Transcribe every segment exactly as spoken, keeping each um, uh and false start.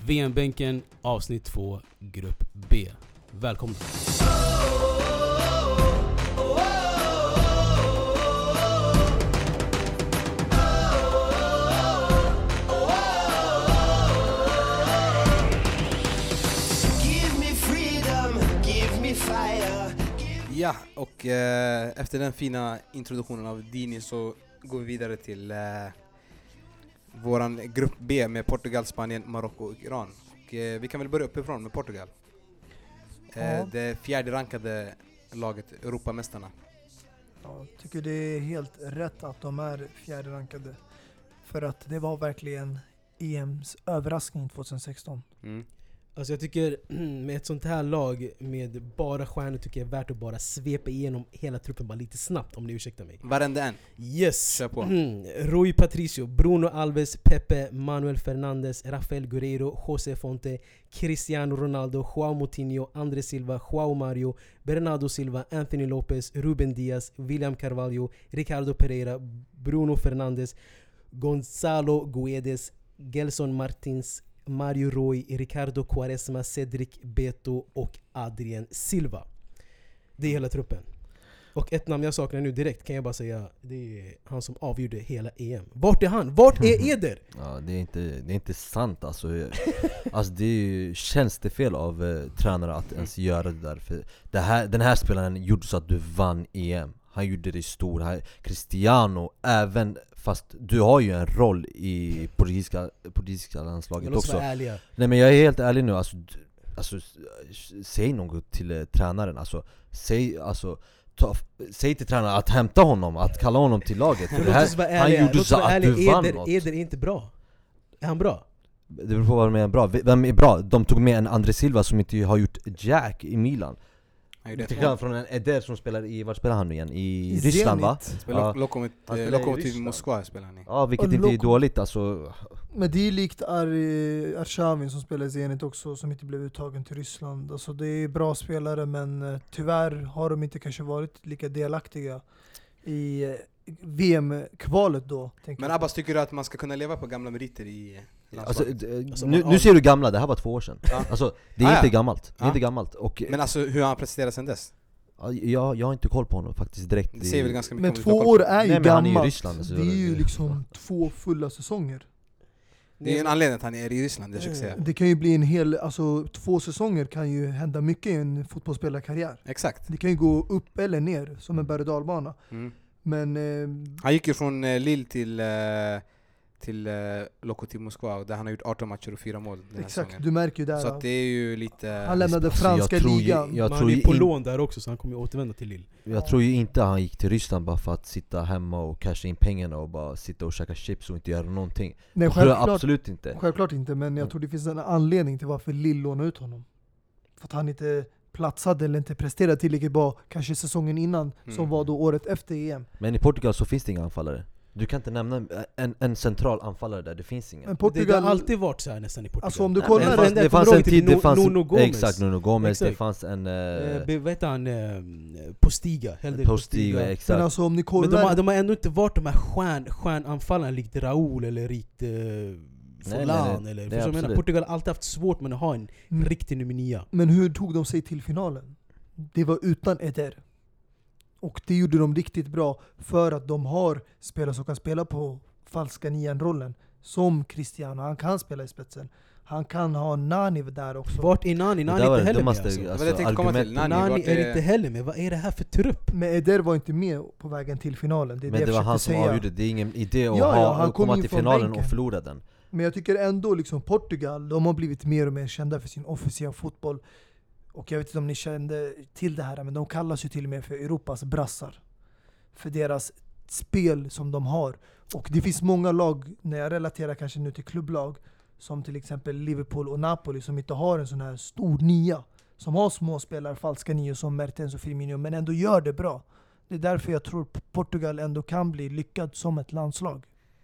V M-bänken, avsnitt två, grupp B. Välkomna! Ja, och eh, efter den fina introduktionen av Dini så går vi vidare till eh, våran grupp B med Portugal, Spanien, Marocko och Iran. Och, eh, vi kan väl börja uppifrån med Portugal. Eh, Ja. Det fjärde rankade laget, Europamästarna. Jag tycker det är helt rätt att de är fjärde rankade. För att det var verkligen E M:s överraskning tjugohundrasexton. Mm. Alltså jag tycker med ett sånt här lag med bara stjärnor tycker jag är värt att bara svepa igenom hela truppen bara lite snabbt, om ni ursäktar mig. Varenda en. Yes! Kör på. Mm. Rui Patricio, Bruno Alves, Pepe, Manuel Fernandes, Rafael Guerreiro, José Fonte, Cristiano Ronaldo, Joao Moutinho, André Silva, Joao Mario, Bernardo Silva, Anthony Lopez, Ruben Diaz, William Carvalho, Ricardo Pereira, Bruno Fernandes, Gonzalo Guedes, Gelson Martins, Mario Roy, Ricardo Quaresma, Cedric Beto och Adrien Silva. Det är hela truppen. Och ett namn jag saknar nu direkt kan jag bara säga, det är han som avgjorde hela E M. Vart är han? Vart är Eder? Ja, det är inte, det är inte sant alltså. Alltså det är ju tjänstefel av uh, tränare att ens göra det där. För det här, den här spelaren gjorde så att du vann E M. Han gjorde det stor. Han, Cristiano, även fast du har ju en roll i portugisiska, portugisiska landslaget Jag också. Ärliga. Nej, men jag är helt ärlig nu. Alltså, alltså, säg något till uh, tränaren. Alltså, säg, alltså, ta, säg till tränaren att hämta honom, att kalla honom till laget. För det här, han gjorde så att du vann Eder, något. Eder är inte bra. Är han bra? Det beror på vad de är bra. Vem är bra? De tog med en André Silva som inte har gjort jack i Milan. Till skillnad från en Eder som spelar i, var spelar han nu igen? I, I Ryssland, va? Spelar Ja. Lokomotiv, Han spelar i Lokomotiv Ryssland. Moskva spelar han i. Ja, vilket Och inte är Loko- dåligt alltså. Men det är likt Ar- Arshavin som spelar i Zenit också, som inte blev uttagen till Ryssland. Alltså det är bra spelare, men eh, tyvärr har de inte kanske varit lika delaktiga i eh, V M-kvalet då. tänker Men jag. Abbas, tycker du att man ska kunna leva på gamla meriter i Alltså, landslaget? d- Alltså, nu, man- nu ser du gamla, det här var två år sedan. Ja. Alltså, det är Ah, inte ja. gammalt. Det är Ja. inte gammalt. Och, Men alltså hur har han presterat sen dess? ja, jag, jag har inte koll på honom faktiskt direkt. Det säger väl ganska mycket Men om du två tar koll år på. är ju Nej, men han är ju i gammalt. Ryssland, så det är ju det- liksom två fulla säsonger. Det är ju en anledning att han är i Ryssland, det jag försöker säga. Det kan ju bli en hel, alltså två säsonger kan ju hända mycket i en fotbollsspelarkarriär. Exakt. Det kan ju gå upp eller ner som en berg- och dalbana. Mm. Men eh, Han gick ju från eh, Lille till, eh, till eh, Lokomotiv Moskva, och där han har gjort arton matcher och fyra mål den här exakt, säsongen. du märker ju där. Så att det är ju lite... Han lämnade Alltså, franska jag tror ju- ligan. jag Men tror han ju är på in- lån där också, så han kommer ju återvända till Lille. Jag tror ju inte han gick till Ryssland bara för att sitta hemma och casha in pengarna och bara sitta och käka chips och inte göra någonting. Nej, Jag tror jag självklart, absolut inte. självklart inte, men jag Mm. tror det finns en anledning till varför Lille lånade ut honom. För att han inte platsade eller inte presterade tillräckligt bra kanske säsongen innan, Mm. som var då året efter E M. Men i Portugal så finns det inga anfallare. Du kan inte nämna en, en central anfallare där, det finns ingen. Men Det, det Portugal, har alltid varit så här nästan i Portugal. alltså om du Nej, kollar... men det det fanns, enda det jag fanns kommer en ihåg tid, är det fanns... Nuno Gomes. Exakt, Nuno Gomes, Exakt. det fanns en... Eh, Eh, be- vad heter han? Eh, Postiga. Helder Postiga, men exakt. alltså om ni Men kollar... de har, de har ändå inte varit de här stjärn, stjärnanfallarna likt Raúl eller likt eh, Forlan. nej. Eller, Nej, för jag menar, absolut. Portugal har alltid haft svårt med att ha en Mm. riktig nummer nio. Men hur tog de sig till finalen? Det var utan Eder. Och det gjorde de riktigt bra för att de har spelare som kan spela på falska nian-rollen. Som Cristiano, han kan spela i spetsen. Han kan ha Nani där också. Vart är Nani? Det Nani där är var inte det heller med dummaste, alltså. Det var alltså, det jag tänkte komma till. argumentet. Nani, Nani vart är är- inte heller med. Vad är det här för trupp? Men Eder var inte med på vägen till finalen. Det är Men det det jag var han försökte som säga. avgjorde, det är ingen idé att Ja, ja, ha, han att kom komma in till från finalen bänken. och förlora den. Men jag tycker ändå liksom Portugal, de har blivit mer och mer kända för sin offensiva fotboll. Och jag vet inte om ni kände till det här, men de kallas ju till och med för Europas brassar. För deras spel som de har. Och det finns många lag, när jag relaterar kanske nu till klubblag, som till exempel Liverpool och Napoli, som inte har en sån här stor nia. Som har små spelare, falska nior som Mertens och Firmino, men ändå gör det bra. Det är därför jag tror Portugal ändå kan bli lyckad som ett landslag.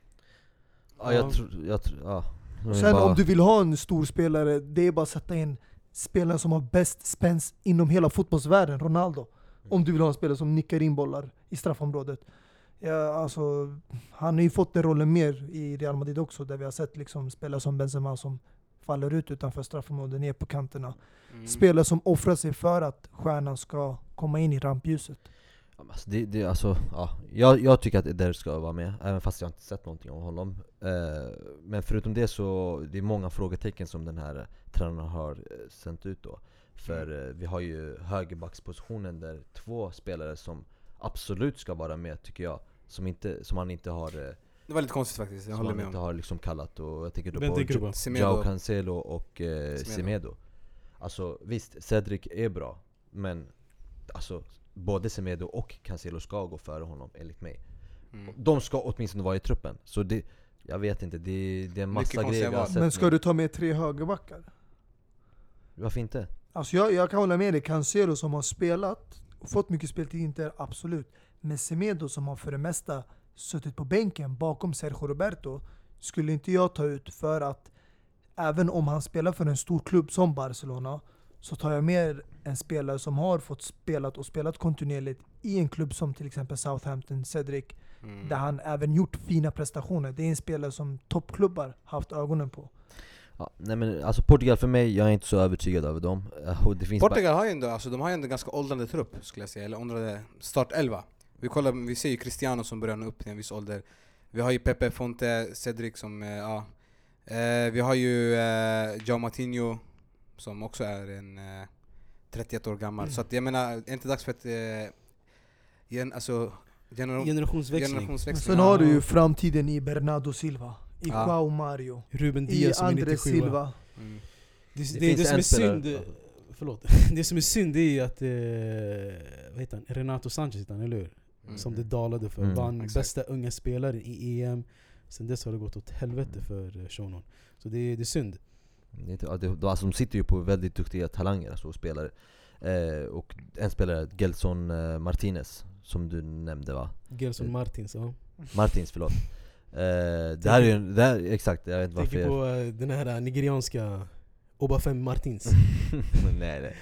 Ja, jag tror... Jag tror ja. Och sen om du vill ha en stor spelare, det är bara att sätta in spelaren som har bäst spänst inom hela fotbollsvärlden, Ronaldo. Om du vill ha en spelare som nickar in bollar i straffområdet. Ja, alltså, han har ju fått den rollen mer i Real Madrid också, där vi har sett liksom spelare som Benzema som faller ut utanför straffområdet, ner på kanterna. Mm. Spelare som offrar sig för att stjärnan ska komma in i rampljuset. Ja, alltså, det, det, alltså, ja. jag, jag tycker att Eder ska vara med, även fast jag inte sett någonting om honom. Eh, men förutom det så det är många frågetecken som den här tränaren har eh, sänt ut då. För eh, vi har ju högerbackspositionen där två spelare som absolut ska vara med, tycker jag. Som, inte, som han inte har... Eh, Det var lite konstigt faktiskt, jag som håller han med inte om. har liksom kallat. Och jag tänker då Vem på, tänker du på? Jo- Semedo. Joao Cancelo och eh, Semedo. Semedo. Alltså visst, Cedric är bra. Men alltså både Semedo och Cancelo ska gå före honom enligt mig. Mm. De ska åtminstone vara i truppen. Så det, jag vet inte, det, det är en massa Mycket konstiga grejer vi har val. sett Men ska nu. du ta med tre högerbackar? Varför inte? Alltså jag, jag kan hålla med dig, Cancelo som har spelat och fått mycket speltid, inte absolut. Men Semedo som har för det mesta suttit på bänken bakom Sergio Roberto skulle inte jag ta ut, för att även om han spelar för en stor klubb som Barcelona så tar jag med en spelare som har fått spelat och spelat kontinuerligt i en klubb som till exempel Southampton, Cedric, Mm. där han även gjort fina prestationer. Det är en spelare som toppklubbar haft ögonen på. Ja, nej men alltså Portugal för mig, jag är inte så övertygad över dem. Eh, och det finns Portugal har ju ändå, alltså de har ju ändå ganska åldrande trupp skulle jag säga, eller åldrande startelva. Vi kollar, vi ser ju Cristiano som börjar nå upp till en viss ålder. Vi har ju Pepe, Fonte, Cedric som, eh, ja. Eh, vi har ju eh, João Moutinho som också är en eh, trettioett år gammal. Mm. Så att jag menar, är det inte dags för ett eh, gen, alltså, gener- Generationsväxling. generationsväxling? Sen Ja. har du ju framtiden i Bernardo Silva, i Ja. Joao Mario, Ruben i Diaz som är André nittiosju. Silva. Mm. Det, det, Det det, finns som är en spelare- synd, förlåt. Det som är synd är ju att eh, vad heter han? Renato Sanchez heter han, eller hur? Mm. Som det dalade för. Mm. Vann Exakt. bästa unga spelare i E M. Sen dess har det gått åt helvete för eh, Shonon. Så det, är- det är synd. Det är inte, ja, det, de, alltså, de sitter ju på väldigt duktiga talanger, alltså, och spelare. Eh, och en spelare, Gelson eh, Martinez, som du nämnde va? Gelson Mm. Martins, ja. Martins, förlåt. Eh, det här är ju en- det här, exakt, jag vet inte varför Tänker jag... på eh, den här eh, nigerianska Obafemi Martins. nej, nej.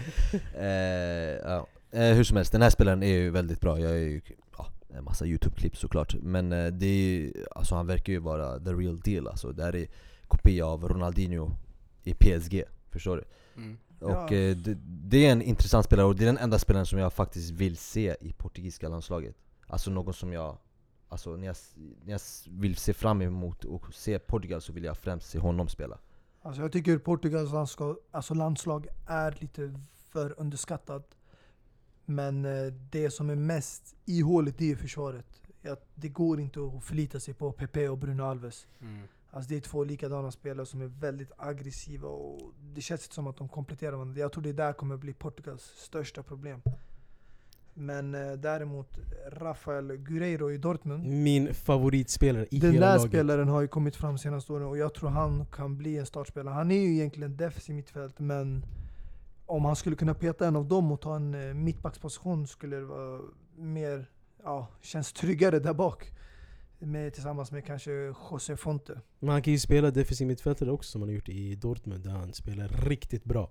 Eh, ja. eh, hur som helst, den här spelaren är ju väldigt bra. Jag är ju, ja, en massa YouTube-klipp såklart. Men eh, det är ju, alltså, han verkar ju vara the real deal. Alltså, det här är kopia av Ronaldinho i P S G. Förstår du? Mm. Ja. Och eh, det, det är en intressant spelare, och det är den enda spelaren som jag faktiskt vill se i portugisiska landslaget. Alltså någon som jag, alltså när jag, när jag vill se fram emot och se Portugal, så vill jag främst se honom spela. Alltså jag tycker Portugals landslag, alltså landslag är lite för underskattat. Men eh, det som är mest ihåligt, det är försvaret. Att det går inte att förlita sig på Pepe och Bruno Alves. Mm. Alltså det är två likadana spelare som är väldigt aggressiva, och det känns inte som att de kompletterar varandra. Jag tror det där kommer bli Portugals största problem. Men eh, däremot Rafael Guerreiro i Dortmund, Min favoritspelare i den hela där laget. spelaren har ju kommit fram senaste åren, och jag tror han kan bli en startspelare. Han är ju egentligen defensiv mittfält, men om han skulle kunna peta en av dem och ta en eh, mittbacksposition skulle det vara mer, ja, känns tryggare där bak. Med, tillsammans med kanske José Fonte. Men han kan ju spela defensiv mittfältare också, som han har gjort i Dortmund, där han spelar riktigt bra.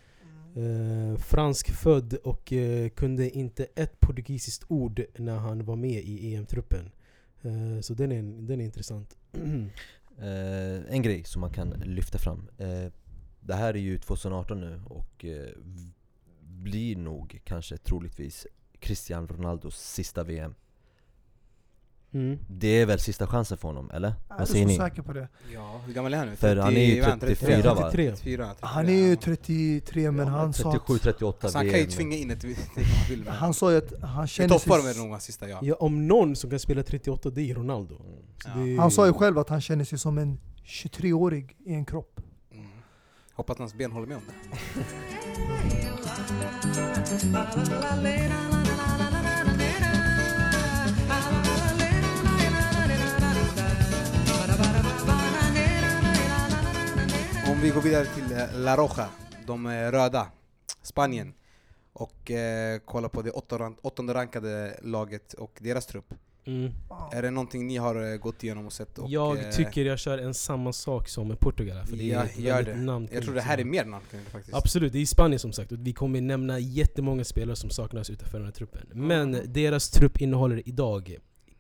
Eh, fransk född och eh, kunde inte ett portugisiskt ord när han var med i E M-truppen. Eh, så den är, den är intressant. Eh, en grej som man kan lyfta fram. Eh, det här är ju tjugoarton nu, och eh, v- blir nog kanske troligtvis Cristiano Ronaldos sista V M. Mm. Det är väl sista chansen för honom, eller? Är Vad du säger så ni? säker på det? Ja, hur gammal är han nu? För han är ju trettio, trettiofyra, va? trettiotre. trettiofyra, trettiofyra, Han är ju ja. trettiotre, men han sa trettiosju att, trettioåtta Alltså han kan ju V M. tvinga in ett det man vill med. han sa ju att han I känner toppform är det sig, nog hans sista, ja. Ja, om någon som kan spela trettioåtta, det är Ronaldo. Mm. Så Ja. det är- han sa ju själv att han känner sig som en tjugotre-årig i en kropp. Mm. Hoppas att hans ben håller med om det. Om vi går vidare till eh, La Roja, de eh, röda, Spanien, och eh, kollar på det åttonde, åttonde rankade laget och deras trupp. Mm. Är det någonting ni har eh, gått igenom och sett? Och, Jag eh, tycker jag kör en samma sak som med Portugal, för det Ja, är ett gör väldigt det. namnkunnig Jag tror det här är lag. mer namnkunnig faktiskt. Absolut, det är i Spanien som sagt, och vi kommer nämna jättemånga spelare som saknas utanför den här truppen. Men deras trupp innehåller idag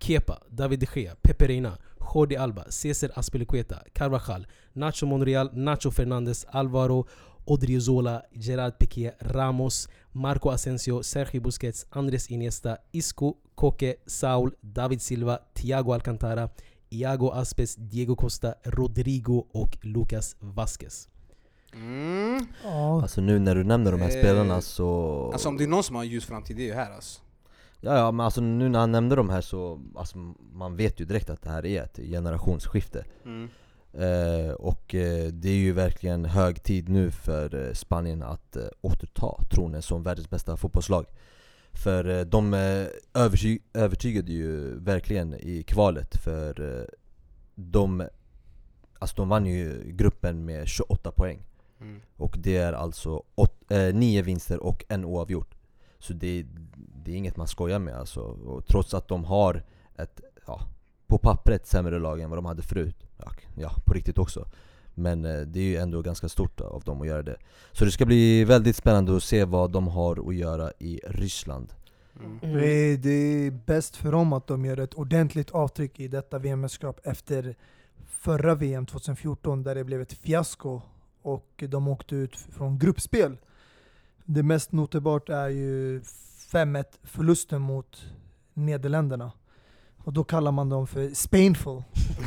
Kepa, David De Gea, Pepe Reina, Jordi Alba, Cesar Azpilicueta, Carvajal, Nacho Monreal, Nacho Fernandes, Alvaro Odriozola, Gerard Piqué, Ramos, Marco Asensio, Sergio Busquets, Andres Iniesta, Isco, Koke, Saul, David Silva, Thiago Alcantara, Iago Aspas, Diego Costa, Rodrigo och Lucas Vázquez. Mm. Ja. Alltså nu när du nämner de här Eh, spelarna så... Alltså om det är någon som har en ljus framtid, det är ju här alltså. Ja, ja, men alltså nu när han nämnde de här så, alltså man vet ju direkt att det här är ett generationsskifte. Mm. Eh, och eh, det är ju verkligen hög tid nu för eh, Spanien att eh, återta tronen som världens bästa fotbollslag. För eh, de eh, överty- övertygade ju verkligen i kvalet, för eh, de, alltså de vann ju gruppen med tjugoåtta poäng. Mm. Och det är alltså åt, eh, nio vinster och en oavgjort. Så det, det är inget man skojar med alltså. Och trots att de har ett, ja, på pappret sämre lag än vad de hade förut. Ja, ja på riktigt också. Men eh, det är ju ändå ganska stort av dem att göra det. Så det ska bli väldigt spännande att se vad de har att göra i Ryssland. Mm. Det är, det är bäst för dem att de gör ett ordentligt avtryck i detta V M-mästerskap efter förra V M tjugohundrafjorton där det blev ett fiasko och de åkte ut från gruppspel. Det mest notbart är ju fem ett förlusten mot Nederländerna. Och då kallar man dem för Spainful.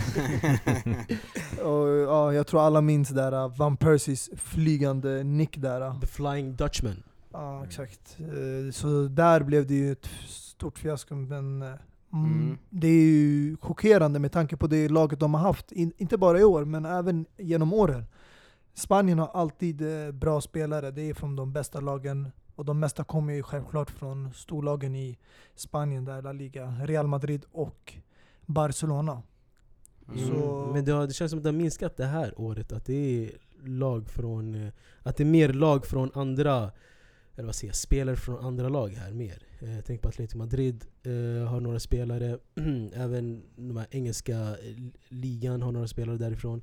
Och, ja, jag tror alla minns där Van Persies flygande nick där. The Flying Dutchman. Ja, exakt. Eh, Så där blev det ju ett stort fiasko. Men eh, mm. Mm. det är ju chockerande med tanke på det laget de har haft. In, inte bara i år, men även genom åren. Spanien har alltid eh, bra spelare. Det är från de bästa lagen. Och de mesta kommer ju självklart från storlagen i Spanien, där La Liga, Real Madrid och Barcelona. Mm. Så- Men det, har, det känns som att det har minskat det här året. Att det är lag från... eh, Att det är mer lag från andra... Eller vad säger jag? Spelare från andra lag här mer. Eh, Jag tänker på Atletico Madrid eh, har några spelare. Även de här engelska eh, ligan har några spelare därifrån.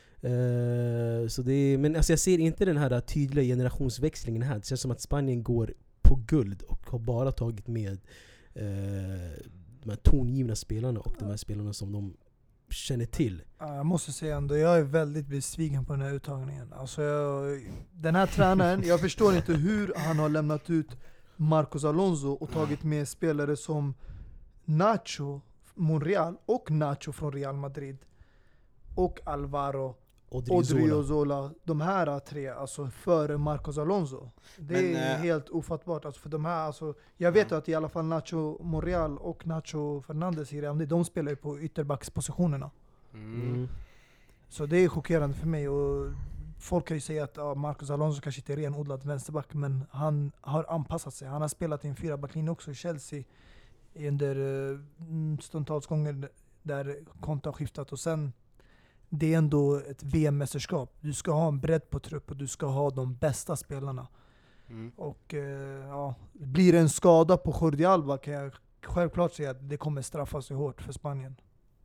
Eh, så det är, men alltså jag ser inte den här tydliga generationsväxlingen här. Det känns som att Spanien går på guld och har bara tagit med eh, de här tongivna spelarna och de här spelarna som de känner till. Ja, jag måste säga ändå, jag är väldigt besviken på den här uttagningen. Alltså jag, den här tränaren, jag förstår inte hur han har lämnat ut Marcos Alonso och tagit med spelare som Nacho Monreal och Nacho från Real Madrid och Alvaro Odriozola. Odriozola, de här tre, alltså före Marcos Alonso. Det Men, är eh, helt ofattbart. Alltså för de här, alltså, jag vet Ja. att i alla fall Nacho Monreal och Nacho Fernandes i Real Madrid, de spelar ju på ytterbackspositionerna. Mm. Mm. Så det är chockerande för mig. Och folk kan ju säga att ja, Marcos Alonso kanske inte är renodlad vänsterback, men han har anpassat sig. Han har spelat i en fyrabacklinje också i Chelsea under uh, stundtals gånger där Conte har skiftat. Och sen, det är ändå ett V M-mästerskap. Du ska ha en bredd på trupp och du ska ha de bästa spelarna. Mm. Och eh, ja, blir det en skada på Jordi Alba kan jag självklart säga att det kommer straffa sig hårt för Spanien.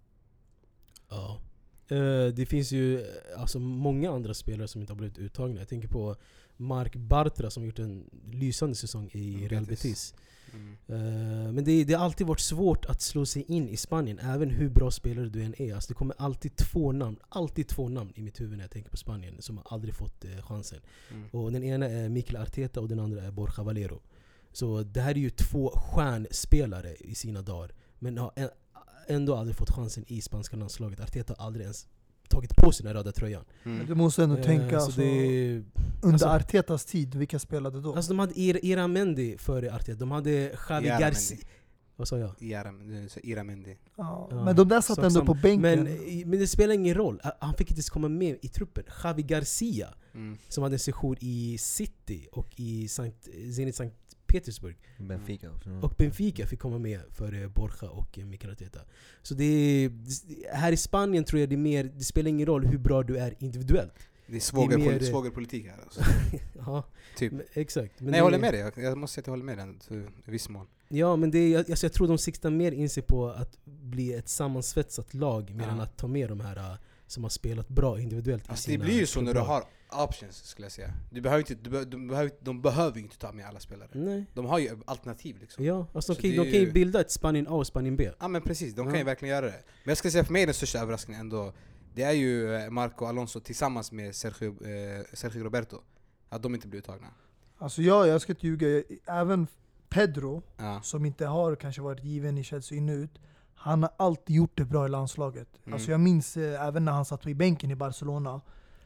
Ja. Eh, det finns ju eh, alltså många andra spelare som inte har blivit uttagna. Jag tänker på Marc Bartra som gjort en lysande säsong i Mm, Real Betis. Betis. Mm. Eh, men det, det har alltid varit svårt att slå sig in i Spanien, även hur bra spelare du än är. Alltså det kommer alltid två namn, alltid två namn i mitt huvud när jag tänker på Spanien som har aldrig fått eh, chansen. Mm. Och den ena är Mikel Arteta och den andra är Borja Valero. Så det här är ju två stjärnspelare i sina dagar, men har ä- ändå aldrig fått chansen i spanska landslaget. Arteta har aldrig ens tagit på sig den röda tröjan. Men Mm. du måste ändå Eh, tänka så alltså, det, under alltså- Artetas tid, vilka spelade då? alltså de hade Ir- Iramendi före Arteta. De hade Javi Iramendi. Garcia. Vad sa jag? Iram- Iramendi. ja, Ja, men de där satt sak ändå samma. på bänken. Men, men det spelar ingen roll. Han fick inte ens komma med i truppen. Javi Garcia, Mm. som hade en session i City och i Sankt, Zenit Sankt Petersburg Benfica också. och Benfica fick komma med för Borja och Mikel Arteta. Så det är, här i Spanien tror jag det är mer, det spelar ingen roll hur bra du är individuellt. Det är svåger, Det är mer- pol- svågerpolitik här alltså. Ja, Typ. men, exakt. Men Nej, jag det- håller med dig, jag, jag måste säga att jag håller med den till viss mån. Ja, men det är, alltså jag tror de siktar mer in sig på att bli ett sammansvetsat lag mer Ja. än att ta med de här uh, som har spelat bra individuellt i Alltså, sina det blir ju så när du klubblag. har options skulle jag säga. Du behöver inte, du be, de, behöver, de behöver inte ta med alla spelare. Nej. De har ju alternativ liksom. Ja, alltså Så de, kan, det de är kan ju ju- bilda ett Spanien A och Spanien B. Ja men precis, de Ja. kan ju verkligen göra det. Men jag ska säga för mig den största överraskningen ändå, det är ju eh, Marco Alonso tillsammans med Sergio, eh, Sergio Roberto. Att de inte blir uttagna. Alltså ja, jag ska inte ljuga. Även Pedro, Ja. som inte har kanske varit given i Chelsea in och ut, han har alltid gjort det bra i landslaget. Mm. Alltså jag minns eh, även när han satt i bänken i Barcelona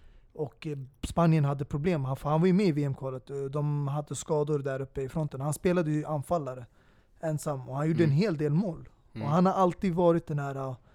och eh, Spanien hade problem. Han, för han var ju med i V M-kvalet. Eh, De hade skador där uppe i fronten. Han spelade ju anfallare ensam och han gjorde Mm. en hel del mål. Mm. Och han har alltid varit den här, uh,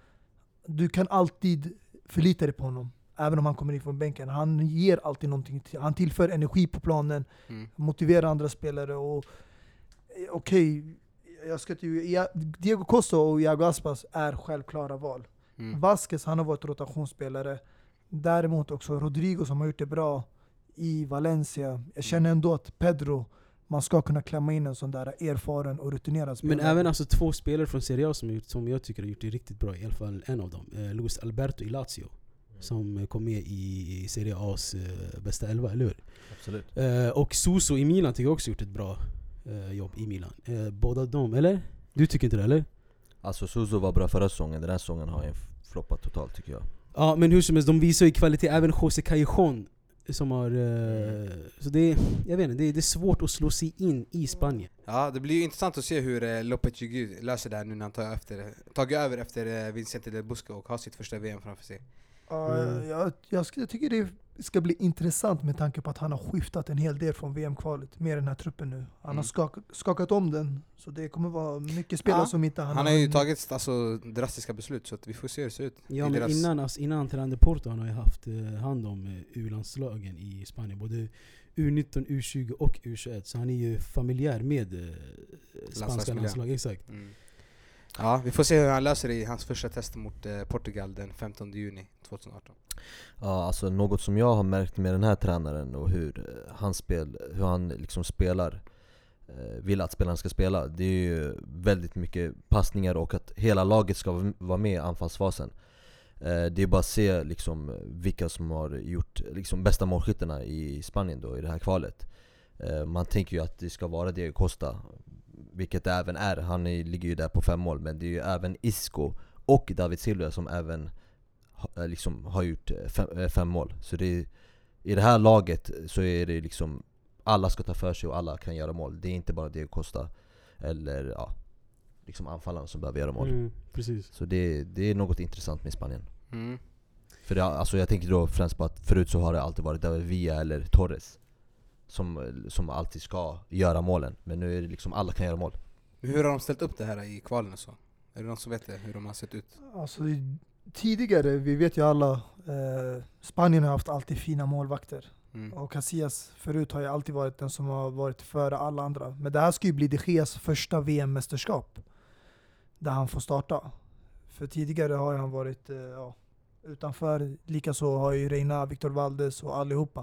du kan alltid förlita dig på honom. Även om han kommer in från bänken. Han ger alltid någonting. Till, han tillför energi på planen, Mm. motiverar andra spelare. Och eh, okej, jag ska inte, ja, Diego Costa och Iago Aspas är självklara val. Mm. Vasquez, han har varit rotationsspelare. Däremot också Rodrigo som har gjort det bra i Valencia. Jag känner ändå att Pedro, man ska kunna klämma in en sån där erfaren och rutinerad spelare. Men även alltså två spelare från Serie A som, som jag tycker har gjort det riktigt bra. I alla fall en av dem. Eh, Luis Alberto i Lazio. Som eh, kom med i Serie A's eh, bästa elva, eller hur? Absolut. Eh, och Suso i Milan tycker jag också gjort ett bra eh, jobb i Milan. Eh, båda dem, eller? Du tycker inte det, eller? Alltså Suso var bra förra säsongen, den här säsongen har jag floppat totalt tycker jag. Ja, men hur som helst, de visar ju kvalitet. Även José Callejon som har... Eh, så det är, jag vet inte, det är, det är svårt att slå sig in i Spanien. Ja, det blir ju intressant att se hur eh, Lopetegui löser det här nu när han tar efter, tagit över efter eh, Vicente del Bosque och har sitt första V M framför sig. Ja, Mm. jag, jag, ska, jag tycker det ska bli intressant med tanke på att han har skiftat en hel del från V M-kvalet med den här truppen nu. Han Mm. har skakat, skakat om den, så det kommer vara mycket spelare Ja, som inte han, Han har ju hunnit- tagit alltså, drastiska beslut så att vi får se hur det ser ut. Ja, i men deras- innan, alltså, innan han tränade Porto han har ju haft eh, hand om eh, U-landslagen i Spanien. Både U nitton, U tjugo och U tjugoett. Så han är ju familjär med eh, spanska Landslagsmiljö. landslag. Exakt. Mm. Ja, vi får se hur han löser det i hans första test mot eh, Portugal den femtonde juni tjugoarton. Ja, alltså något som jag har märkt med den här tränaren och hur eh, hans spel, hur han liksom spelar, eh, vill att spelarna ska spela, det är ju väldigt mycket passningar och att hela laget ska v- vara med i anfallsfasen. Eh, det är bara att se liksom vilka som har gjort liksom bästa målskyttarna i Spanien då i det här kvalet. Eh, man tänker ju att det ska vara Diego Costa, vilket det även är. Han är, ligger ju där på fem mål, men det är ju även Isco och David Silva som även ha, liksom har gjort fem, fem mål. Så det är, i det här laget så är det liksom alla ska ta för sig och alla kan göra mål. Det är inte bara Diego Costa eller ja, liksom anfallarna som behöver göra mål. Mm, precis. Så det, det är något intressant med Spanien. Mm. För det, alltså jag tänker då främst på att förut så har det alltid varit David Villa eller Torres som, som alltid ska göra målen. Men nu är det liksom alla kan göra mål. Men hur har de ställt upp det här i kvalen och så? Är det någon som vet det, hur de har sett ut? Alltså, tidigare, vi vet ju alla, eh, Spanien har haft alltid fina målvakter. Mm. Och Casillas förut har ju alltid varit den som har varit före alla andra. Men det här ska ju bli De Geas första V M-mästerskap. Där han får starta. För tidigare har han varit eh, ja, utanför. Likaså har ju Reina, Victor Valdes och allihopa.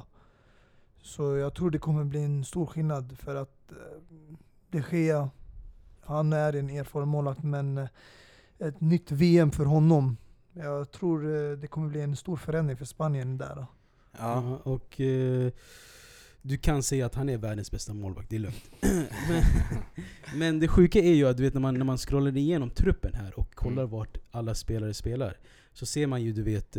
Så jag tror det kommer bli en stor skillnad. För att eh, De Gea, han är en erfaren målvakt, men eh, ett nytt V M för honom. Jag tror eh, det kommer bli en stor förändring för Spanien där. Då. Ja. Ja, och eh, du kan säga att han är världens bästa målvakt, det är lugnt. men, men det sjuka är ju att du vet, när man, när man scrollar igenom truppen här och kollar Mm. vart alla spelare spelar, så ser man ju, du vet, eh,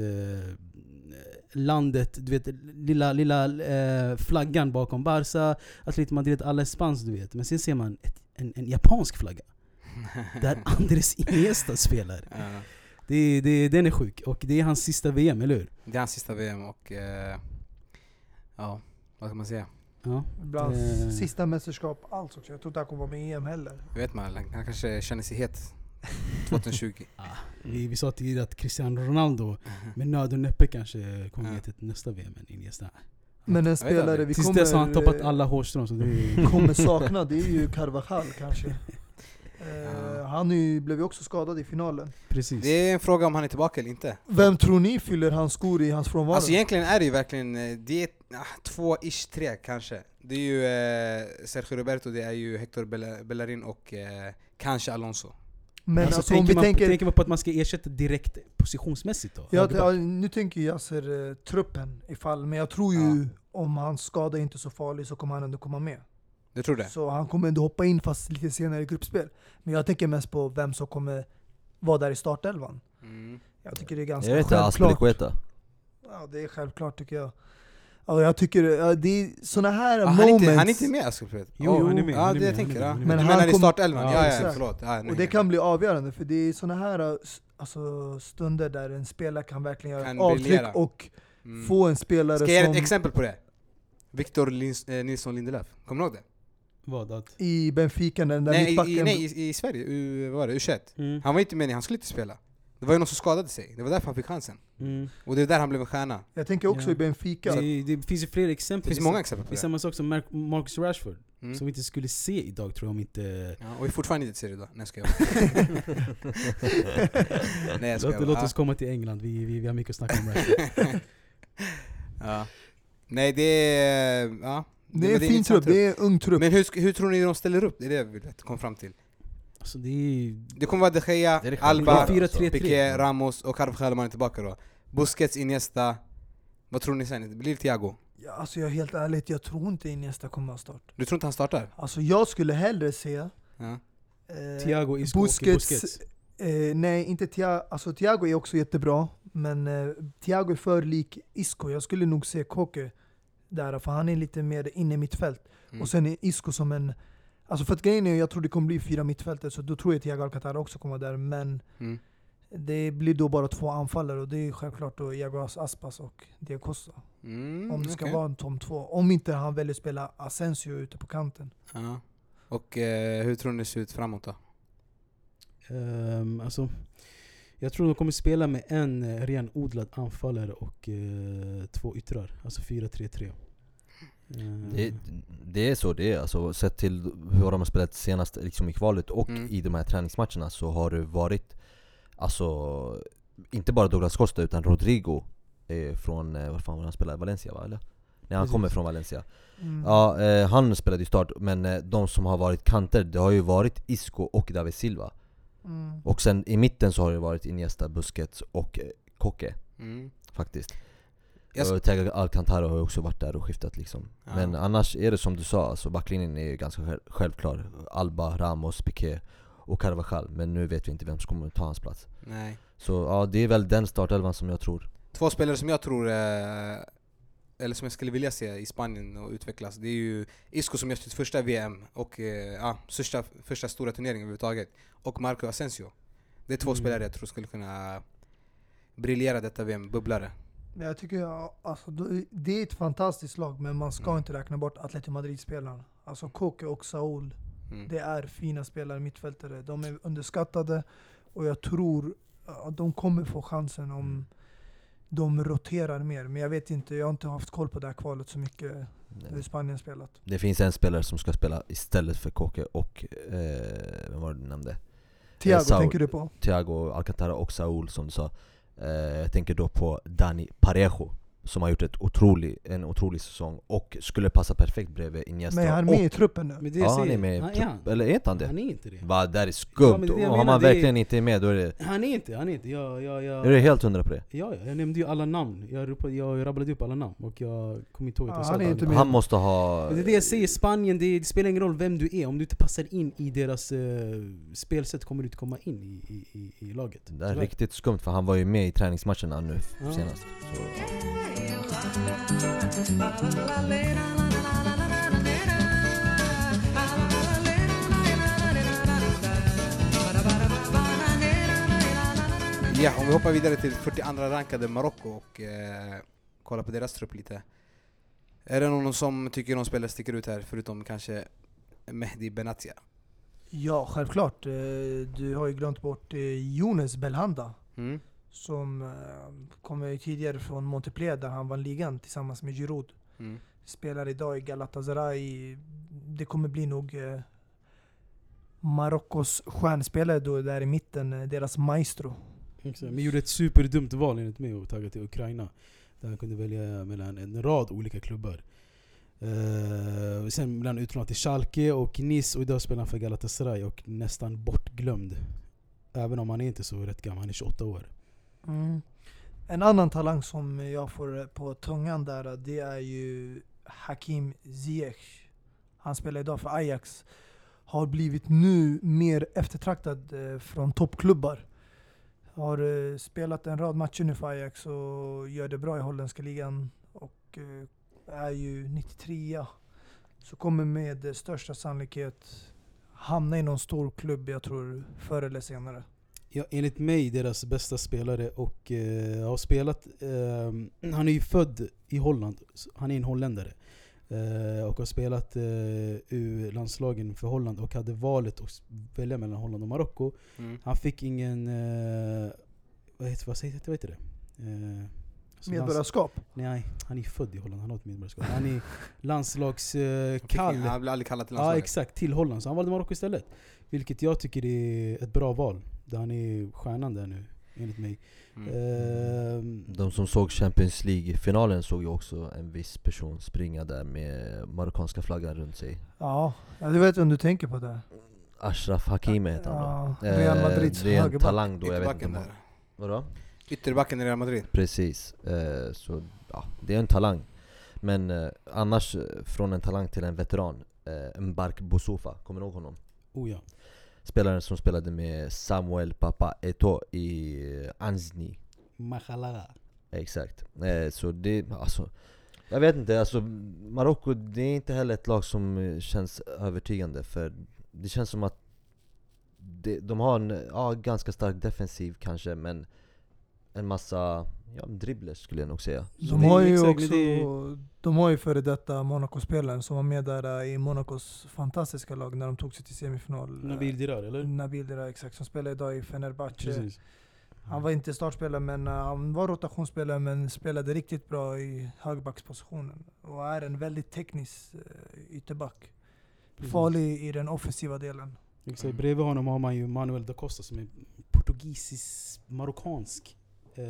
landet, du vet, lilla, lilla eh, flaggan bakom Barca, Atletico Madrid, alla är spansk, du vet. Men sen ser man ett, en, en japansk flagga där Andres Iniesta spelar. Ja. Det, det, den är sjuk, och det är hans sista V M, eller hur? Det är hans sista V M och eh, ja, vad kan man säga? Ja. Bland Eh. sista mästerskap alls också. Jag tror inte han kommer vara med i E M heller. Jag vet man, han kanske känner sig het tjugohundratjugo. Ah, vi, vi sa tidigare att Cristiano Ronaldo med nöd och näppe kanske kommer Ja. ge till nästa V M, men Iniesta. Men en vet spelare aldrig. vi Tills kommer, dess har han toppat eh, alla hårstrån, så det är... kommer sakna, det är ju Carvajal kanske. Eh, Ja. han är ju, blev ju också skadad i finalen. Precis. Det är en fråga om han är tillbaka eller inte. Vem tror ni fyller hans skor i hans frånvaro? Alltså egentligen är det ju verkligen, eh, det är ah, två ish tre kanske. Det är ju eh, Sergio Roberto, det är ju Hector Bella- Bellerin och eh, kanske Alonso. Men alltså, alltså, om tänker, vi man, tänker... tänker man på att man ska ersätta direkt positionsmässigt då? Ja, Högerback? ja, nu tänker jag ser eh, truppen ifall, men jag tror ju Ja. om hans skada är inte så farlig så kommer han ändå komma med. Du tror det? Så han kommer ändå hoppa in fast lite senare i gruppspel. Men jag tänker mest på vem som kommer vara där i startelvan. Mm. Jag tycker det är ganska Jag vet inte, självklart. Aspilicueta. Ja, det är självklart tycker jag. Ja, jag tycker ja, det är såna här Ah, han, är moments. inte, han är inte med Aspilicueta? Jo, Oh, han är med, Ja, han är det med, jag han är tänker. med, Ja. han är Men med. du Men han menar i kom- startelvan? Ja, Ja, ja, exakt. förlåt. Ja, nu Och det hänger kan bli avgörande, för det är såna här alltså, stunder där en spelare kan verkligen göra Kan ett avtryck briljera. och jag. Mm. få en spelare Ska jag ge som ett exempel på det? Victor Lins, eh, Nilsson Lindelöf. Kommer du ihåg det? Vad? Att, i Benfica, den där Nej, i, mittbacken. i, nej i, i Sverige. U, vad var det? U tjugoett. mm. Han var inte med, han skulle inte spela. Det var ju någon som skadade sig. Det var därför han fick chansen. Mm. Och det är där han blev en stjärna. Jag tänker också Ja. i Benfica. Det, det finns ju flera exempel. Det finns är många sam- exempel på Det är det. samma sak som Mar- Marcus Rashford, Mm. som vi inte skulle se idag tror jag om inte... Ja, och vi är fortfarande inte ser idag. Nej, ska jag Nej, jag ska Låt, låt oss komma till England, vi, vi, vi har mycket att snacka om Rashford. Ja. Nej, det är... Ja. Det är men en fin intressant trupp, det är en ung trupp. Men hur, sk- hur tror ni de ställer upp? Det är det jag vill komma fram till. Alltså det är... Det kommer vara De Gea, Det är det Alba, självklart, fyra alltså. tre tre. Piqué, Ramos och Carvajal man är tillbaka då. Busquets, Iniesta. Vad tror ni sen? Det blir Thiago. Ja, alltså jag är helt ärligt, jag tror inte Iniesta kommer att starta. Du tror inte han startar? Alltså jag skulle hellre se Ja. eh, Thiago, Isco och Busquets. Eh, nej, inte Thiago. Alltså Thiago är också jättebra, men eh, Thiago är för lik Isco. Jag skulle nog se Koke där, för han är lite mer inne i mittfält. Mm. Och sen är Isco som en... Alltså för att grejen är, jag tror det kommer bli fyra mittfältare, så då tror jag Thiago Alcantara också kommer där, men Mm. det blir då bara två anfallare, och det är självklart då Iago Aspas och Diego Costa. Mm, Om det ska okej. vara en tom två. Om inte han väljer spela Asensio ute på kanten. Ja. Och eh, hur tror ni det ser ut framåt då? Um, alltså, jag tror de kommer spela med en eh, renodlad anfallare och eh, två yttrar. Alltså fyra tre tre. Uh, Det, det är så det är, alltså, sett till hur de har spelat senast liksom i kvalet och Mm. i de här träningsmatcherna, så har det varit alltså inte bara Douglas Costa utan Rodrigo eh, från, eh, vad fan var han spelade? Valencia va? Eller? Nej, han Precis. kommer från Valencia. Mm. Ja, eh, han spelade i start, men eh, de som har varit kanter, det har ju varit Isco och David Silva. Mm. Och sen i mitten så har det varit Iniesta, Busquets och eh, Koke Mm. faktiskt. Jag s- Och Thiago Alcantara har ju också varit där och skiftat liksom. Ja. Men annars är det som du sa, alltså backlinjen är ju ganska själv- självklar. Alba, Ramos, Piqué och Carvajal. Men nu vet vi inte vem som kommer ta hans plats. Nej. Så ja, det är väl den startelvan som jag tror. Två spelare som jag tror, eh, eller som jag skulle vilja se i Spanien och utvecklas, det är ju Isco som gör sitt första V M och eh, ja, första, första stora turnering överhuvudtaget, och Marco Asensio. Det är två Mm. spelare jag tror skulle kunna briljera detta V M, bubblare. Men jag tycker ja, alltså, då- det är ett fantastiskt lag, men man ska Mm. inte räkna bort Atletico Madrid-spelarna. Alltså Koke och Saul, Mm. det är fina spelare, mittfältare. De är underskattade, och jag tror att de kommer få chansen om Mm. de roterar mer. Men jag vet inte, jag har inte haft koll på det här kvalet så mycket hur Spanien spelat. Det finns en spelare som ska spela istället för Koke och, eh, vem var det du nämnde? Thiago Saul. tänker du på? Thiago Alcantara och Saul som du sa. Eh, jag tänker då på Dani Parejo som har gjort ett otrolig, en otrolig säsong och skulle passa perfekt bredvid Iniesta. Men är han och, med i truppen nu? Men det ja, jag han säger, är med i han, är trupp- han? Eller är inte han det? Han är inte det. Va, det är skumt. Ja, men det är det jag Om menar, man det är- verkligen inte är med, då är det... Han är inte, han är inte. Jag, jag, jag, Är du helt hundra på det? ja, ja, jag nämnde ju alla namn. Jag, ropade, jag rabblade upp alla namn och jag kommer inte ihåg att Ja, jag sa han är alla. inte med. Han måste ha... Men det är det jag säger, Spanien, det, det spelar ingen roll vem du är. Om du inte passar in i deras eh, spelsätt kommer du inte komma in i, i, i, i laget. Det är Tyvärr. riktigt skumt, för han var ju med i träningsmatcherna nu Ja. senast. Så, Ja, om vi hoppar vidare till fyrtioandra rankade Marocko och eh, kollar på deras trupp lite. Är det någon som tycker de spelare sticker ut här, förutom kanske Mehdi Benatia? Ja, självklart. Eh, Du har ju glömt bort eh, Younes Belhanda, Mm. som eh, kommer ju tidigare från Montpellier där han vann ligan tillsammans med Giroud. Mm. Spelar idag i Galatasaray. Det kommer bli nog eh, Marockos stjärnspelare då där i mitten, eh, deras maestro. Exakt. Men gjorde ett superdumt val enligt mig att tagga till Ukraina. Där han kunde välja mellan en rad olika klubbar. Uh, sen blev han utlånad till Schalke och Nice, och idag spelar han för Galatasaray och nästan bortglömd Även om han är inte så rätt gammal, han är tjugoåtta år. Mm. En annan talang som jag får på tungan där, det är ju Hakim Ziyech. Han spelar idag för Ajax. Har blivit nu mer eftertraktad eh, från toppklubbar. Har eh, spelat en rad matcher nu för Ajax och gör det bra i holländska ligan. Och eh, är ju nittiotre. Så kommer med eh, största sannolikhet hamna i någon stor klubb, jag tror, förr eller senare. Ja, enligt mig deras bästa spelare och eh, har spelat, eh, han är ju född i Holland, han är en holländare. Uh, och har spelat uh, U-landslagen för Holland och hade valet att välja mellan Holland och Marocko. Mm. Han fick ingen uh, vad heter, vad heter, vad heter det? Uh, Medborgarskap? Lands- Nej, han är född i Holland, han har ett medborgarskap. Han är landslagskall. Uh, han blev aldrig kallad till landslaget. landslaget. Ja, exakt, till Holland. Så han valde Marocko istället. Vilket jag tycker är ett bra val. Där han är stjärnan där nu, enligt mig. Mm. Uh, De som såg Champions League-finalen såg ju också en viss person springa där med marockanska flaggan runt sig. Ja, jag vet om du tänker på det. Ashraf Hakimi heter han då. Ja, Real Madrids det är en högerback. talang då, jag vet inte. Ytterbacken om han- där. Vadå? Ytterbacken i Real Madrid. Precis, eh, så ja, det är en talang. Men eh, annars eh, från en talang till en veteran, eh, Mbark Boussoufa, kommer du ihåg honom? oh ja. Spelaren som spelade med Samuel Papa Eto'o i eh, Anzni. Machala. Exakt. Eh, så det, alltså, jag vet inte, alltså Marocko, det är inte heller ett lag som eh, känns övertygande. För det känns som att det, de har en ja, ganska stark defensiv kanske, men en massa ja, dribblers skulle jag nog säga. De det är har ju exakt, också, det de har ju före detta Monaco-spelaren som var med där i Monacos fantastiska lag när de tog sig till semifinal. Nabil Dirar, eller? Nabil Dirar, exakt, som spelar idag i Fenerbahce. Precis. Han var inte startspelare, men uh, han var rotationsspelare, men spelade riktigt bra i högerbackspositionen. Och är en väldigt teknisk uh, ytterback. Precis. Farlig i den offensiva delen. Exakt. Mm. Bredvid honom har man ju Manuel da Costa som är portugisisk, marockansk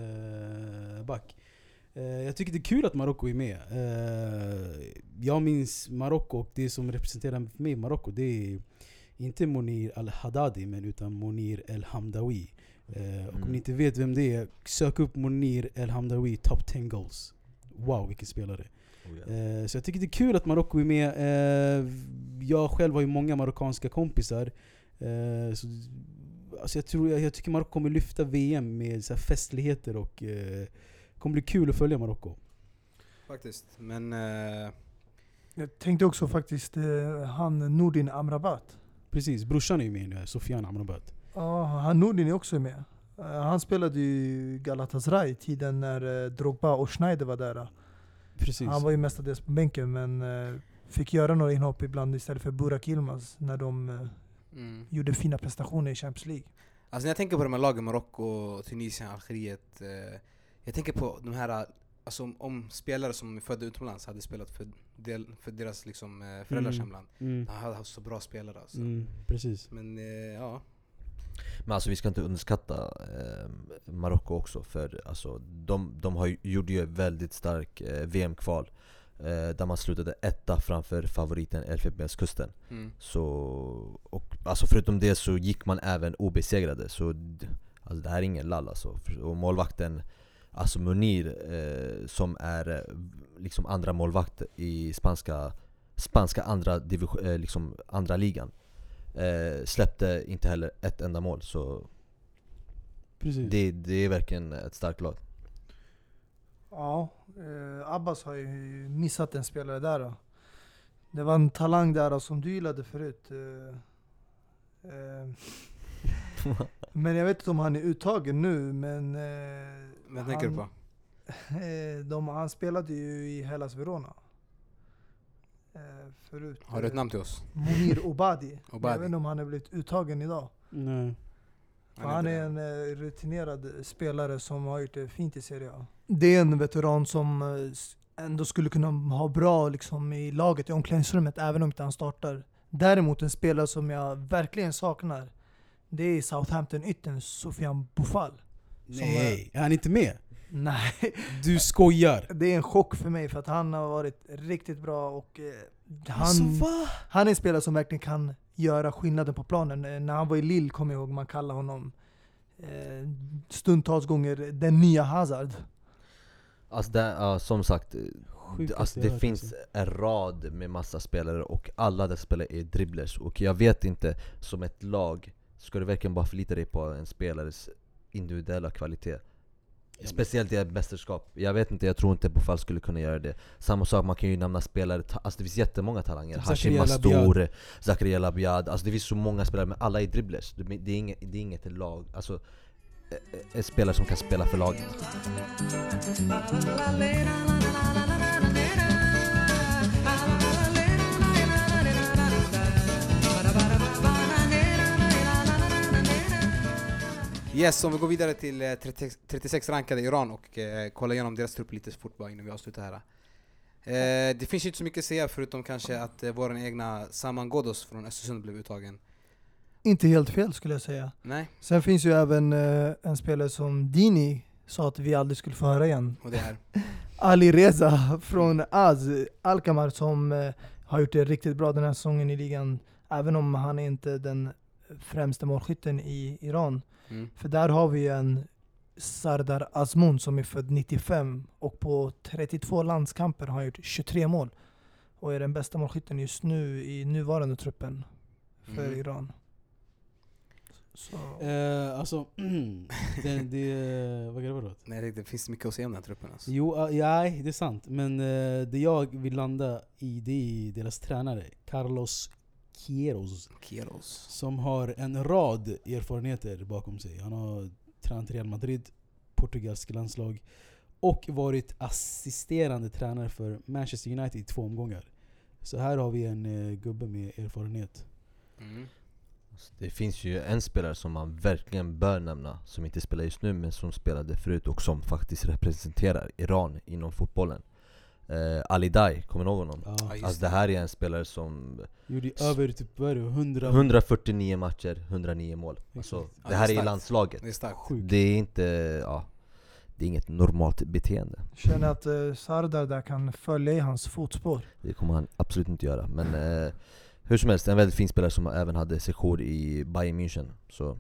eh, back. Eh, jag tycker det är kul att Marocko är med. Eh, jag minns Marocko och det som representerar mig i Marocko, det är inte Monir Al-Haddadi, men utan Monir El-Hamdawi. Eh, och om Mm. ni inte vet vem det är, sök upp Monir El-Hamdawi top tio goals. Wow, vilken spelare. Oh, ja. Eh, så jag tycker det är kul att Marocko är med. Eh, jag själv har ju många marockanska kompisar. Eh, så, alltså jag, tror, jag, jag tycker Marocko kommer lyfta V M med så här festligheter och eh, kommer bli kul att följa Marocko. Faktiskt. Men eh, Jag tänkte också faktiskt uh, han Nordin Amrabat. Precis, brorsan är ju med nu, Sofian Amrabat. Ja, han Nordin är också med. Uh, han spelade ju Galatasaray i tiden när uh, Drogba och Schneider var där. Precis. Han var ju mestadels på bänken, men uh, fick göra några inhopp ibland istället för Burak Yilmaz när de uh, mm. gjorde fina prestationer i Champions League. Alltså när jag tänker på de här lagen, Marocko, Tunisien, Algeriet. Eh, jag tänker på de här, alltså om, om spelare som är födda utomlands hade spelat för, del, för deras liksom, eh, föräldrars Mm. hemland. Mm. De hade haft så bra spelare alltså. Mm, precis. Men eh, ja. Men alltså vi ska inte underskatta eh, Marocko också, för alltså, de, de har ju, gjorde ju ett väldigt stark eh, V M-kval eh, där man slutade etta framför favoriten Elfenbenskusten. Mm. Så, och, alltså förutom det så gick man även obesegrade, så d- alltså, det här är ingen lall alltså. Och målvakten, alltså Munir, eh, som är eh, liksom andra målvakt i spanska, spanska andra, division, eh, liksom andra ligan, eh, släppte inte heller ett enda mål. Så Precis. det, det är verkligen ett starkt lag. Ja, eh, Abbas har ju missat en spelare där då. Det var en talang där då, som du gillade förut. Eh, eh, men jag vet inte om han är uttagen nu, men... Eh, Vad tänker du på? Eh, de, han spelade ju i Hellas Verona. Eh, förut. Har du ett namn till oss? Monir Obadi. Obadi. Jag vet inte om han har blivit uttagen idag. Nej. För han är en eh, rutinerad spelare som har gjort det fint i Serie A. Det är en veteran som eh, s- ändå skulle kunna ha bra liksom, i laget, i omklädningsrummet, även om inte han startar. Däremot en spelare som jag verkligen saknar, det är Southampton-yttern Sofian Boufal. Nej, är han inte med? Nej, Du skojar. det är en chock för mig för att han har varit riktigt bra och eh, han, Alltså va? han är en spelare som verkligen kan göra skillnaden på planen. Eh, När han var i Lille kommer jag ihåg man kallade honom eh, stundtals gånger den nya Hazard. Alltså det, ja, som sagt, Sjukt det, alltså att det det är, finns alltså. en rad med massa spelare och alla dessa spelare är dribblers. Och jag vet inte, som ett lag, ska du verkligen bara förlita dig på en spelares individuella kvalitet? Ja, Speciellt i ett mästerskap. Jag vet inte, jag tror inte Bofal skulle kunna göra det. Samma sak, man kan ju nämna spelare, ta- alltså det finns jättemånga talanger. Typ Hashim Zakaria Mastor, Zakaria Labiad, alltså det finns så många spelare, men alla är dribblers. Det, det, är inget, det är inget lag, alltså ä- ä- en spelare som kan spela för laget. Yes, om vi går vidare till eh, trettio trettiosex rankade Iran och eh, kollar igenom deras trupp lite fort bara innan vi avslutar här. Eh, det finns ju inte så mycket att säga förutom kanske att eh, vår egna Saman Ghoddos från Östersund blev uttagen. Inte helt fel skulle jag säga. Nej, Sen finns ju även eh, en spelare som Dini sa att vi aldrig skulle få höra igen. och det är Ali Reza från Az Alkmaar som eh, har gjort det riktigt bra den här säsongen i ligan. Även om han är inte den främsta målskytten i Iran. mm. För där har vi en Sardar Azmoun som är född nittiofem och på trettiotvå landskamper har han gjort tjugotre mål. Och är den bästa målskytten just nu i nuvarande truppen för Mm. Iran. Så. Eh, alltså, det, det, vad kan det vara då? Nej, det, det finns mycket att säga om den här truppen alltså. Jo, uh, ja, det är sant. Men eh, det jag vill landa i, det är deras tränare, Carlos Queiroz, Queiroz. som har en rad erfarenheter bakom sig. Han har tränat Real Madrid, Portugals landslag och varit assisterande tränare för Manchester United i två omgångar. Så här har vi en eh, gubbe med erfarenhet. Mm. Det finns ju en spelare som man verkligen bör nämna, som inte spelar just nu men som spelade förut och som faktiskt representerar Iran inom fotbollen. eh, Ali Dai, kommer du ihåg honom? Ja. Ja, just Alltså det här är en spelare som Gjorde över typ vad är det, hundra hundrafyrtionio matcher, hundranio mål. Alltså, Ja, det här det är är i starkt. landslaget. Det är starkt. sjukt. Det är inte, ja, det är inget normalt beteende. Känner att eh, Sardar där kan följa i hans fotspår. Det kommer han absolut inte göra. Men eh, hur som helst, en väldigt fin spelare som även hade sejour i Bayern München. Så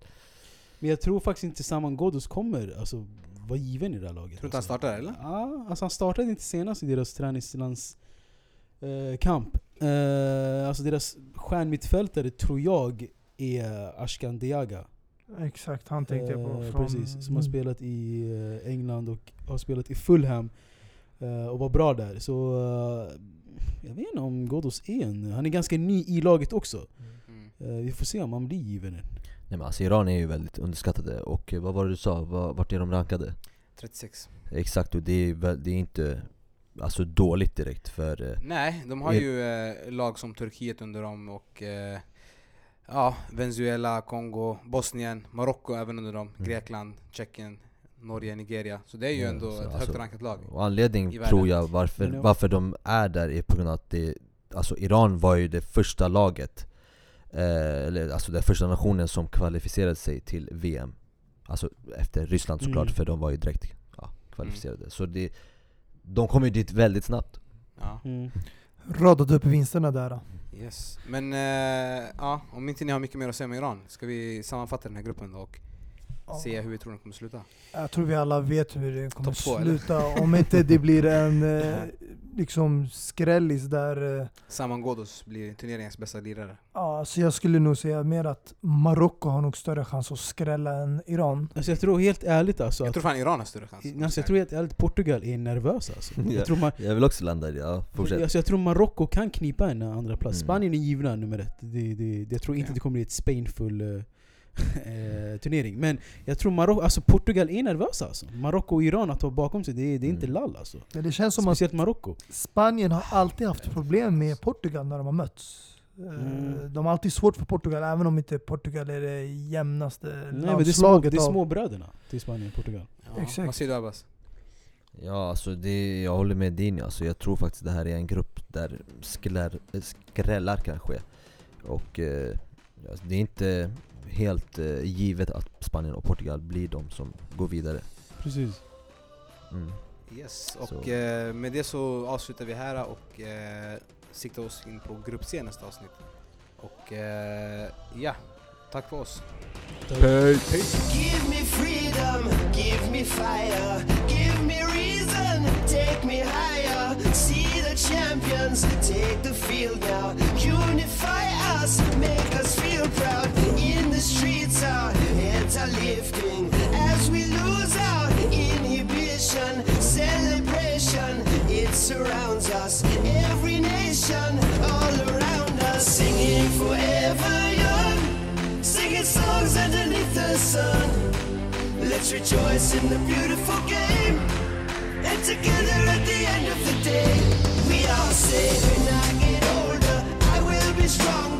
Men jag tror faktiskt inte Saman Ghoddos kommer alltså vara given i det här laget. Tror du inte han alltså. startar eller? Ja, alltså han startade inte senast i deras träningslands eh, kamp. Eh, alltså deras stjärnmittfältare tror jag är Ashkan Diaga. Exakt, han tänkte jag på. Eh, Från, Precis, som har spelat i eh, England och har spelat i Fulham eh, och var bra där. Så eh, jag vet inte om Ghoddos är en... Han är ganska ny i laget också. Mm. Eh, vi får se om han blir given. nej, men alltså Iran är ju väldigt underskattade. Och eh, vad var det du sa? Var, vart är de rankade? trettiosex. Exakt, och det är, väl, det är inte alltså dåligt direkt för... Eh, Nej, de har Er- ju eh, lag som Turkiet under dem och eh, ja, Venezuela, Kongo, Bosnien, Marocko även under dem, Mm. Grekland, Tjeckien, Norge, Nigeria. Så det är ju Ja, ändå så ett högt alltså- rankat lag. Och anledning i världen. tror jag varför, Men- varför de är där är på grund av att det, alltså Iran var ju det första laget, eh, eller alltså den första nationen som kvalificerade sig till V M. Alltså efter Ryssland såklart, Mm. för de var ju direkt ja, kvalificerade. Så det, de kom ju dit väldigt snabbt. Ja, Mm. radat upp vinsterna där. yes. Men eh, ja, om inte ni har mycket mer att säga om Iran, ska vi sammanfatta den här gruppen då och Ja. se hur vi tror den kommer sluta. Jag tror vi alla vet hur det kommer Topp två, eller? sluta. Om inte det blir en eh, liksom skrällis där. Eh, Saman Ghoddos blir turneringens bästa lirare. ja, så jag skulle nog säga mer att Marocko har nog större chans att skrälla än Iran. Alltså jag tror helt ärligt alltså, Jag att, tror fan Iran har större chans. alltså jag tror helt ärligt Portugal är nervösa alltså. Ja. Jag tror man, Jag vill också landa i det, ja, fortsätt. Alltså jag tror Marocko kan knipa en andra plats. Mm. Spanien är givna nummer ett. Det, det, det, jag tror inte Ja. det kommer bli ett Spainfull uh, eh, turnering. Men jag tror Marocko, alltså Portugal är nervösa alltså. Marocko och Iran att ha bakom sig, det, är- det är inte Mm. lall alltså. Men det känns som att Speciellt Marocko. Spanien har alltid haft problem med Portugal när de har mötts. Eh, Mm. De har alltid svårt för Portugal, även om inte Portugal är det jämnaste Nej, men det är, små, landslaget det är av- små bröderna till Spanien och Portugal. Ja, Exakt. vad säger du Abbas? Ja, alltså det, jag håller med Dini. Alltså jag tror faktiskt det här är en grupp där skrällar, skrällar kan ske. Och eh, alltså det är inte helt eh, givet att Spanien och Portugal blir de som går vidare. Precis. Mm. Yes, och Så. eh, med det så avslutar vi här och eh, siktar oss in på grupp C nästa avsnitt. Och eh, ja, Tack för oss. Give me freedom, give me fire, give me reason, take me higher. See the champions, take the field now. Unify us, make us feel proud. In the streets our heads are lifting as we lose our inhibition. Celebration, it surrounds us. Every nation, all around us. Singing forever young, singing songs underneath the sun. Let's rejoice in the beautiful game, and together at the end of the day, we all say when I get older, I will be strong.